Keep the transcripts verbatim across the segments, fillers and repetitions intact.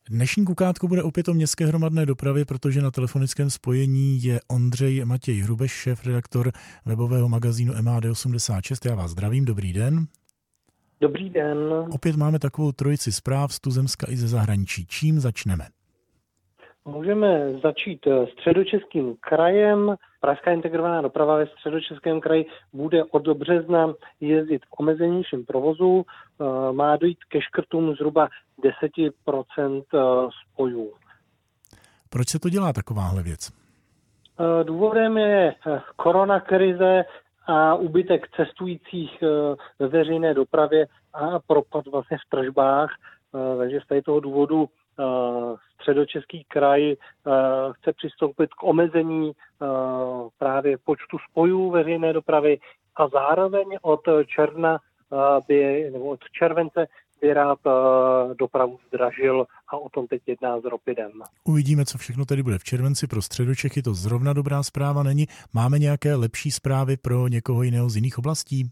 Dnešní kukátko bude opět o městské hromadné dopravě, protože na telefonickém spojení je Ondřej Matěj Hrubeš, šéfredaktor webového magazínu M H D osmdesát šest. Já vás zdravím, dobrý den. Dobrý den. Opět máme takovou trojici zpráv z tuzemska i ze zahraničí. Čím začneme? Můžeme začít Středočeským krajem. Pražská integrovaná doprava ve Středočeském kraji bude od března jezdit v omezenějším provozu. Má dojít ke škrtům zhruba deset procent spojů. Proč se to dělá takováhle věc? Důvodem je koronakrize a úbytek cestujících ve veřejné dopravě a propad vlastně v tržbách. Takže z tady toho důvodu Středočeský kraj chce přistoupit k omezení právě počtu spojů veřejné dopravy a zároveň od června by, nebo od července by rád dopravu zdražil a o tom teď jedná s Ropidem. Uvidíme, co všechno tedy bude v červenci. Pro Středočechy to zrovna dobrá zpráva není. Máme nějaké lepší zprávy pro někoho jiného z jiných oblastí?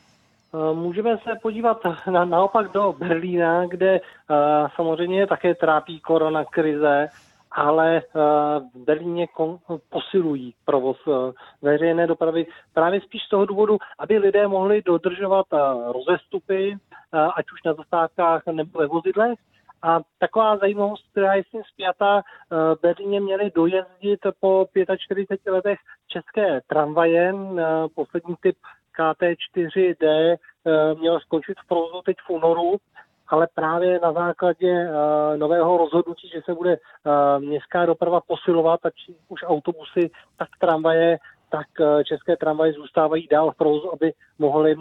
Můžeme se podívat na, naopak do Berlína, kde uh, samozřejmě také trápí koronakrize, ale uh, v Berlíně kon, posilují provoz uh, veřejné dopravy právě spíš z toho důvodu, aby lidé mohli dodržovat uh, rozestupy, uh, ať už na zastávkách nebo ve vozidlech. A taková zajímavost, která je s tím spjatá, v Berlíně měli dojezdit po čtyřiceti pěti letech české tramvaje. Poslední typ K T čtyři D měl skončit v provozu teď v únoru, ale právě na základě nového rozhodnutí, že se bude městská doprava posilovat, ať už autobusy, tak tramvaje, tak české tramvaje zůstávají dál v provozu, aby mohly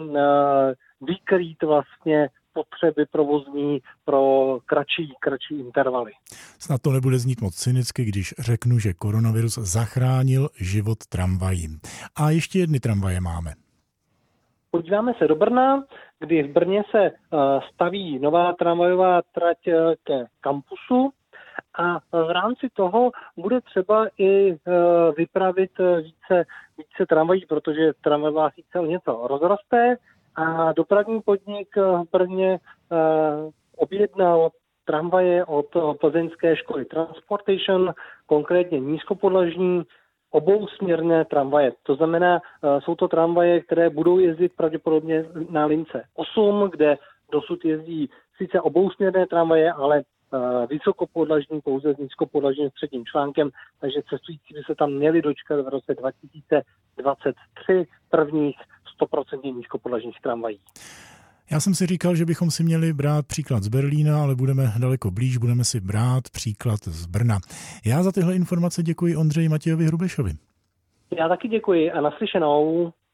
vykrýt vlastně potřeby provozní pro kratší, kratší intervaly. Snad to nebude znít moc cynicky, když řeknu, že koronavirus zachránil život tramvajím. A ještě jedny tramvaje máme. Podíváme se do Brna, kdy v Brně se staví nová tramvajová trať ke kampusu a v rámci toho bude třeba i vypravit více, více tramvají, protože tramvajová síť o něco rozroste. A dopravní podnik v Brně eh, objednal tramvaje od plzeňské školy Transportation, konkrétně nízkopodlažní obousměrné tramvaje. To znamená, eh, jsou to tramvaje, které budou jezdit pravděpodobně na lince osm, kde dosud jezdí sice obousměrné tramvaje, ale eh, vysokopodlažní pouze s nízkopodlažním středním článkem, takže cestující by se tam měli dočkat v roce dva tisíce dvacet tři prvních sto procent nízkopodlažních tramvají. Já jsem si říkal, že bychom si měli brát příklad z Berlína, ale budeme daleko blíž, budeme si brát příklad z Brna. Já za tyhle informace děkuji Ondřeji Matějovi Hrubešovi. Já taky děkuji a naslyšenou.